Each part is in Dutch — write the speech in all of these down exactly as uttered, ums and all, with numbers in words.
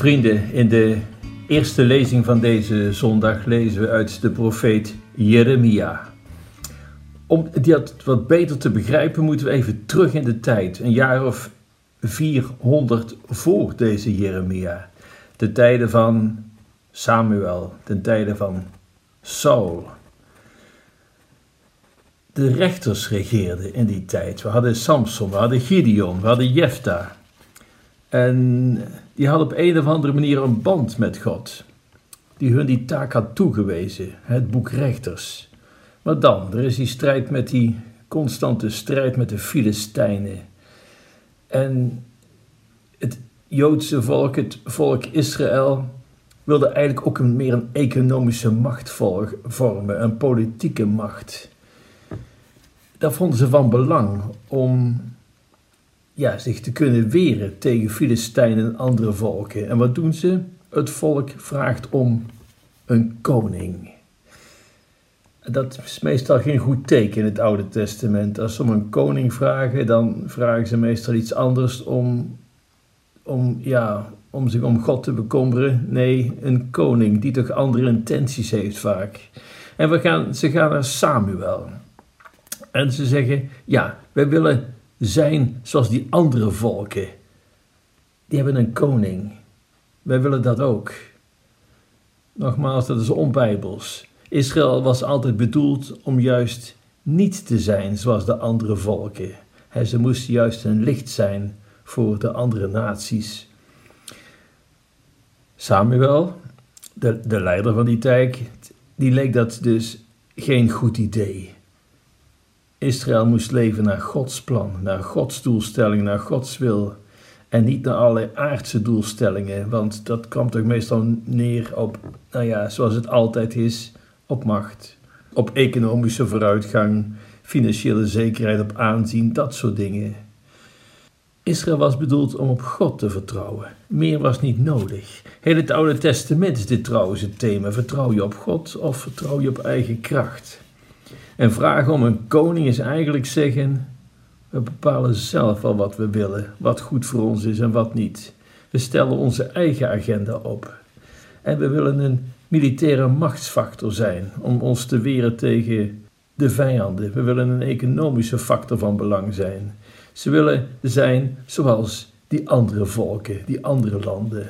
Vrienden, in de eerste lezing van deze zondag lezen we uit de profeet Jeremia. Om dat wat beter te begrijpen moeten we even terug in de tijd, een jaar of vierhonderd voor deze Jeremia. De tijden van Samuel, de tijden van Saul. De rechters regeerden in die tijd. We hadden Samson, we hadden Gideon, we hadden Jefta. En die hadden op een of andere manier een band met God, die hun die taak had toegewezen, het boek Rechters. Maar dan, er is die strijd met die constante strijd met de Filistijnen. En het Joodse volk, het volk Israël, wilde eigenlijk ook een, meer een economische macht vormen, een politieke macht. Dat vonden ze van belang om ja, zich te kunnen weren tegen Filistijnen en andere volken. En wat doen ze? Het volk vraagt om een koning. Dat is meestal geen goed teken in het Oude Testament. Als ze om een koning vragen, dan vragen ze meestal iets anders om, om, ja, om zich om God te bekommeren. Nee, een koning die toch andere intenties heeft vaak. En we gaan, ze gaan naar Samuel. En ze zeggen, ja, wij willen zijn zoals die andere volken. Die hebben een koning. Wij willen dat ook. Nogmaals, dat is onbijbels. Israël was altijd bedoeld om juist niet te zijn zoals de andere volken. He, ze moesten juist een licht zijn voor de andere naties. Samuel, de, de leider van die tijd, die leek dat dus geen goed idee. Israël moest leven naar Gods plan, naar Gods doelstelling, naar Gods wil. En niet naar allerlei aardse doelstellingen, want dat kwam toch meestal neer op, nou ja, zoals het altijd is, op macht, op economische vooruitgang, financiële zekerheid, op aanzien, dat soort dingen. Israël was bedoeld om op God te vertrouwen. Meer was niet nodig. Heel het Oude Testament is dit trouwens het thema. Vertrouw je op God of vertrouw je op eigen kracht? En vragen om een koning is eigenlijk zeggen, we bepalen zelf wel wat we willen, wat goed voor ons is en wat niet. We stellen onze eigen agenda op. En we willen een militaire machtsfactor zijn om ons te weren tegen de vijanden. We willen een economische factor van belang zijn. Ze willen zijn zoals die andere volken, die andere landen.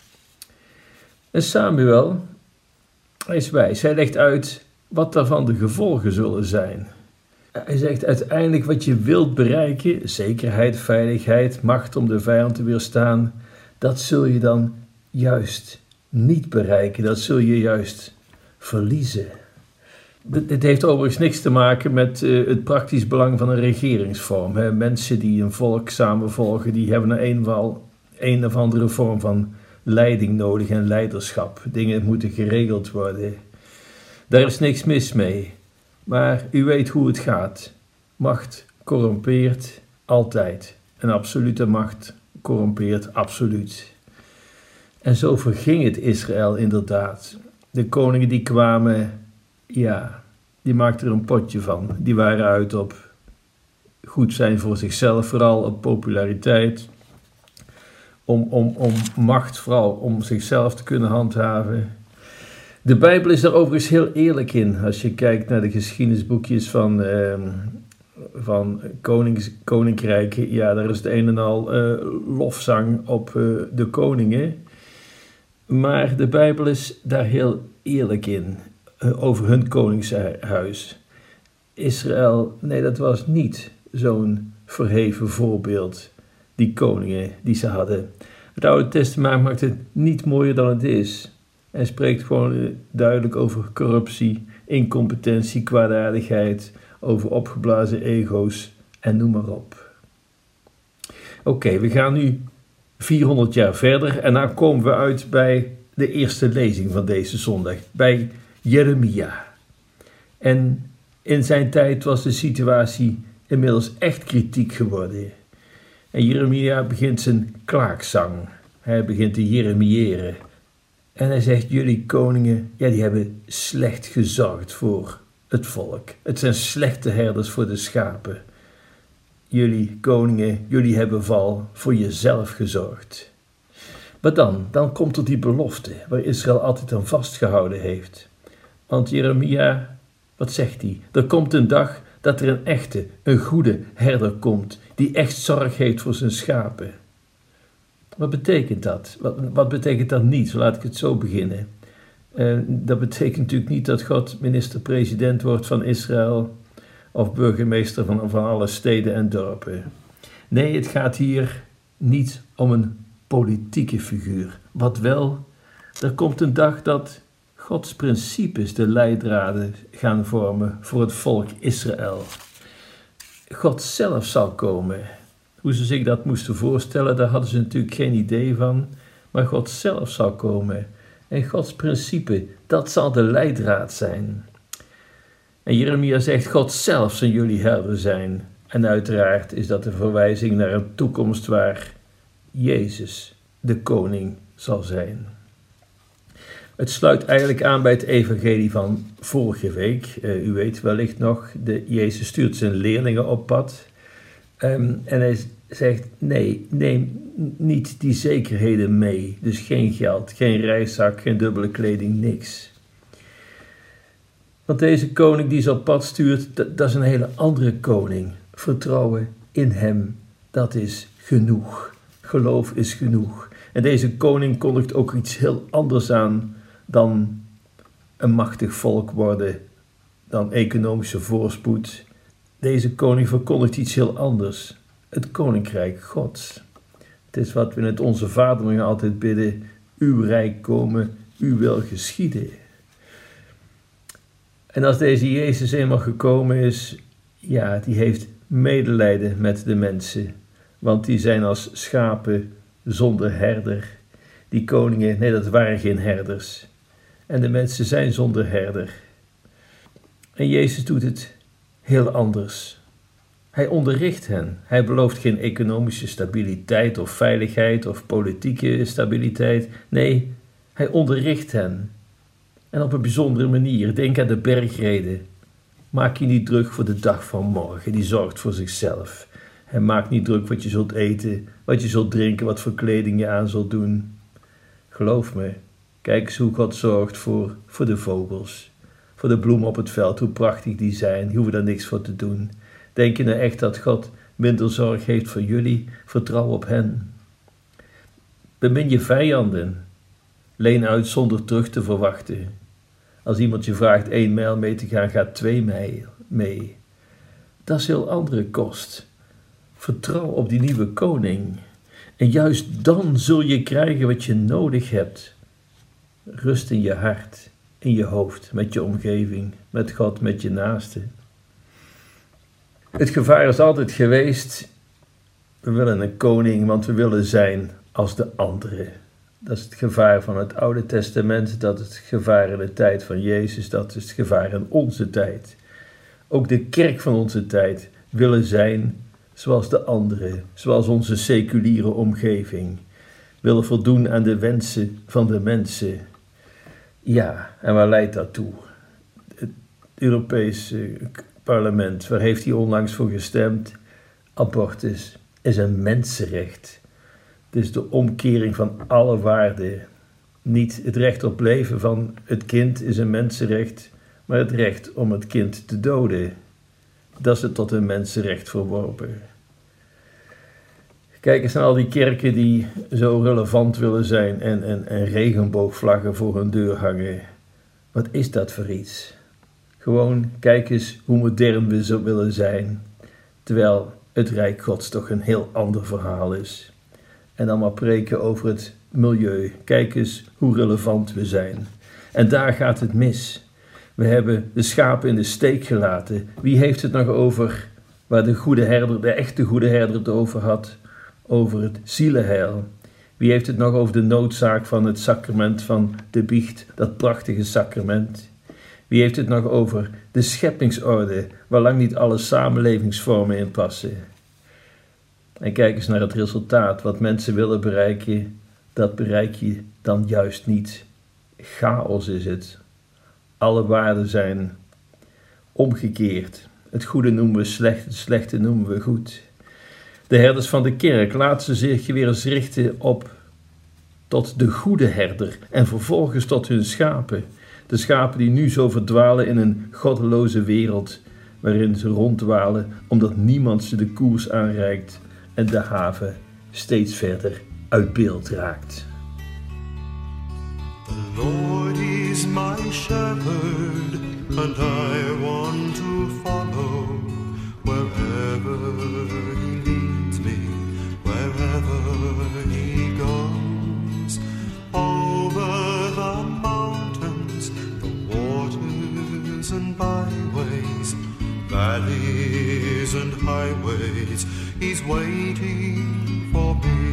En Samuel, hij is wijs, hij legt uit wat daarvan de gevolgen zullen zijn. Hij zegt uiteindelijk wat je wilt bereiken, zekerheid, veiligheid, macht om de vijand te weerstaan, dat zul je dan juist niet bereiken, dat zul je juist verliezen. Dit heeft overigens niks te maken met uh, het praktisch belang van een regeringsvorm. Hè. Mensen die een volk samenvolgen, die hebben een eenmaal een of andere vorm van leiding nodig en leiderschap. Dingen moeten geregeld worden. Daar is niks mis mee. Maar u weet hoe het gaat. Macht corrompeert altijd. En absolute macht corrompeert absoluut. En zo verging het Israël inderdaad. De koningen die kwamen, ja, die maakten er een potje van. Die waren uit op goed zijn voor zichzelf, vooral op populariteit. Om, om, om macht, vooral om zichzelf te kunnen handhaven. De Bijbel is daar overigens heel eerlijk in. Als je kijkt naar de geschiedenisboekjes van, uh, van konings, koninkrijken. Ja, daar is het een en al uh, lofzang op uh, de koningen. Maar de Bijbel is daar heel eerlijk in. Uh, over hun koningshuis. Israël, nee, dat was niet zo'n verheven voorbeeld. Die koningen die ze hadden. Het Oude Testament maakt het niet mooier dan het is. Hij spreekt gewoon duidelijk over corruptie, incompetentie, kwaadaardigheid, over opgeblazen ego's en noem maar op. Oké, okay, we gaan nu vierhonderd jaar verder en dan komen we uit bij de eerste lezing van deze zondag, bij Jeremia. En in zijn tijd was de situatie inmiddels echt kritiek geworden. En Jeremia begint zijn klaagzang. Hij begint te jeremiëren. En hij zegt, jullie koningen, ja, die hebben slecht gezorgd voor het volk. Het zijn slechte herders voor de schapen. Jullie koningen, jullie hebben val voor jezelf gezorgd. Maar dan, dan komt er die belofte waar Israël altijd aan vastgehouden heeft. Want Jeremia, wat zegt hij? Er komt een dag dat er een echte, een goede herder komt, die echt zorg heeft voor zijn schapen. Wat betekent dat? Wat, wat betekent dat niet? Laat ik het zo beginnen. Uh, dat betekent natuurlijk niet dat God minister-president wordt van Israël of burgemeester van, van alle steden en dorpen. Nee, het gaat hier niet om een politieke figuur. Wat wel, er komt een dag dat Gods principes de leidraden gaan vormen voor het volk Israël. God zelf zal komen. Hoe ze zich dat moesten voorstellen, daar hadden ze natuurlijk geen idee van. Maar God zelf zal komen. En Gods principe, dat zal de leidraad zijn. En Jeremia zegt, God zelf zal jullie herder zijn. En uiteraard is dat een verwijzing naar een toekomst waar Jezus de koning zal zijn. Het sluit eigenlijk aan bij het evangelie van vorige week. Uh, u weet wellicht nog, de, Jezus stuurt zijn leerlingen op pad. Um, en hij zegt, nee, neem niet die zekerheden mee. Dus geen geld, geen reiszak, geen dubbele kleding, niks. Want deze koning die ze op pad stuurt, dat, dat is een hele andere koning. Vertrouwen in hem, dat is genoeg. Geloof is genoeg. En deze koning kondigt ook iets heel anders aan dan een machtig volk worden, dan economische voorspoed. Deze koning verkondigt iets heel anders. Het koninkrijk Gods. Het is wat we in het Onze Vader nog altijd bidden. Uw rijk komen, uw wil geschieden. En als deze Jezus eenmaal gekomen is, ja, die heeft medelijden met de mensen. Want die zijn als schapen zonder herder. Die koningen, nee, dat waren geen herders. En de mensen zijn zonder herder. En Jezus doet het heel anders. Hij onderricht hen. Hij belooft geen economische stabiliteit of veiligheid of politieke stabiliteit. Nee, hij onderricht hen. En op een bijzondere manier. Denk aan de bergrede. Maak je niet druk voor de dag van morgen. Die zorgt voor zichzelf. Hij maakt niet druk wat je zult eten, wat je zult drinken, wat voor kleding je aan zult doen. Geloof me, kijk eens hoe God zorgt voor, voor de vogels. Voor de bloemen op het veld, hoe prachtig die zijn. Je hoeft daar niks voor te doen. Denk je nou echt dat God minder zorg heeft voor jullie? Vertrouw op hen. Bemin je vijanden. Leen uit zonder terug te verwachten. Als iemand je vraagt één mijl mee te gaan, ga twee mijl mee. Dat is heel andere kost. Vertrouw op die nieuwe koning. En juist dan zul je krijgen wat je nodig hebt. Rust in je hart, in je hoofd, met je omgeving, met God, met je naaste. Het gevaar is altijd geweest, we willen een koning, want we willen zijn als de anderen. Dat is het gevaar van het Oude Testament, dat is het gevaar in de tijd van Jezus, dat is het gevaar in onze tijd. Ook de kerk van onze tijd willen zijn zoals de anderen, zoals onze seculiere omgeving. Willen voldoen aan de wensen van de mensen. Ja, en waar leidt dat toe? Het Europese parlement, waar heeft hij onlangs voor gestemd? Abortus is een mensenrecht. Het is de omkering van alle waarden. Niet het recht op leven van het kind is een mensenrecht, maar het recht om het kind te doden. Dat is het tot een mensenrecht verworpen. Kijk eens naar al die kerken die zo relevant willen zijn en, en, en regenboogvlaggen voor hun deur hangen. Wat is dat voor iets? Gewoon kijk eens hoe modern we zo willen zijn, terwijl het Rijk Gods toch een heel ander verhaal is. En dan maar preken over het milieu. Kijk eens hoe relevant we zijn. En daar gaat het mis. We hebben de schapen in de steek gelaten. Wie heeft het nog over waar de goede herder, de echte goede herder het over had? Over het zielenheil. Wie heeft het nog over de noodzaak van het sacrament van de biecht, dat prachtige sacrament? Wie heeft het nog over de scheppingsorde, waar lang niet alle samenlevingsvormen in passen? En kijk eens naar het resultaat. Wat mensen willen bereiken, dat bereik je dan juist niet. Chaos is het. Alle waarden zijn omgekeerd. Het goede noemen we slecht, het slechte noemen we goed. De herders van de kerk laten zich weer eens richten op tot de goede herder en vervolgens tot hun schapen. De schapen die nu zo verdwalen in een goddeloze wereld, waarin ze ronddwalen omdat niemand ze de koers aanreikt en de haven steeds verder uit beeld raakt. The Lord is my shepherd, and I want to follow wherever he leads me, wherever he goes. Over the mountains, the waters and byways, valleys and highways, he's waiting for me.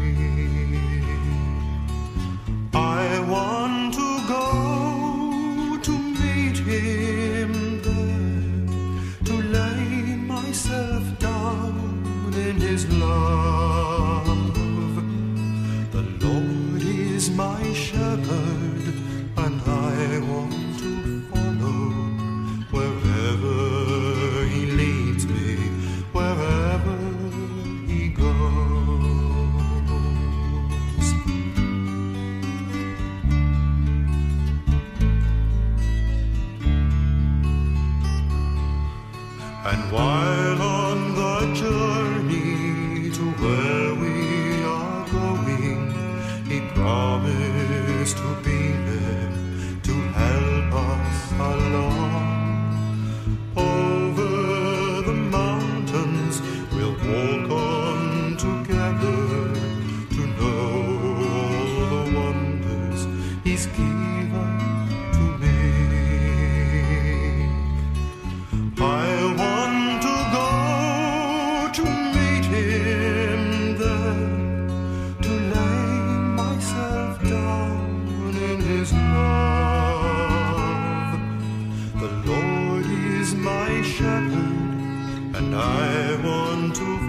I want to go to meet him there, to lay myself down in his love. The Lord is my shepherd, and I want to follow wherever he leads me, wherever he goes. And while on the journey to where we are going, he promised to be there to help us along. Over the mountains we'll walk on together to know all the wonders he's given to me. I want to go to meet him there, to lay myself down in his love. The Lord is my shepherd, and I want to